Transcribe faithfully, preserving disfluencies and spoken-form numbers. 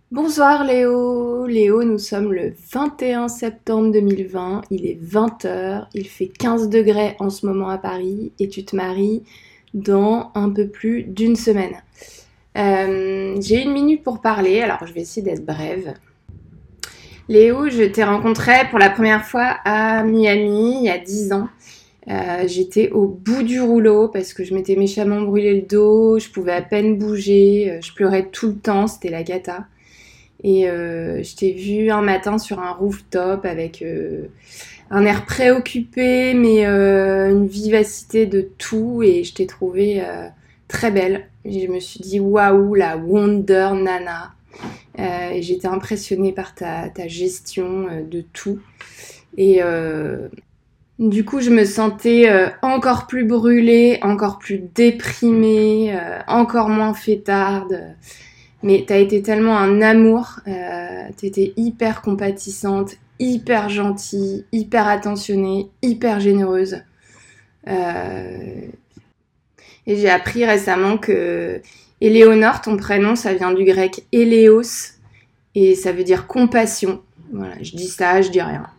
Bonsoir Léo, Léo, nous sommes le vingt et un septembre deux mille vingt, il est vingt heures, il fait quinze degrés en ce moment à Paris et tu te maries dans un peu plus d'une semaine. Euh, j'ai une minute pour parler, alors je vais essayer d'être brève. Léo, je t'ai rencontré pour la première fois à Miami il y a dix ans. Euh, j'étais au bout du rouleau parce que je m'étais méchamment brûlé le dos, je pouvais à peine bouger, euh, je pleurais tout le temps, c'était la cata. Et euh, je t'ai vu un matin sur un rooftop avec euh, un air préoccupé, mais euh, une vivacité de tout. Et je t'ai trouvée euh, très belle. Et je me suis dit, waouh, la Wonder Nana. Euh, et j'étais impressionnée par ta, ta gestion euh, de tout. Et euh, du coup, je me sentais euh, encore plus brûlée, encore plus déprimée, euh, encore moins fêtarde. Mais t'as été tellement un amour, euh, t'étais hyper compatissante, hyper gentille, hyper attentionnée, hyper généreuse. Euh, et j'ai appris récemment que Éléonore, ton prénom, ça vient du grec Éléos, et ça veut dire compassion. Voilà, je dis ça, je dis rien.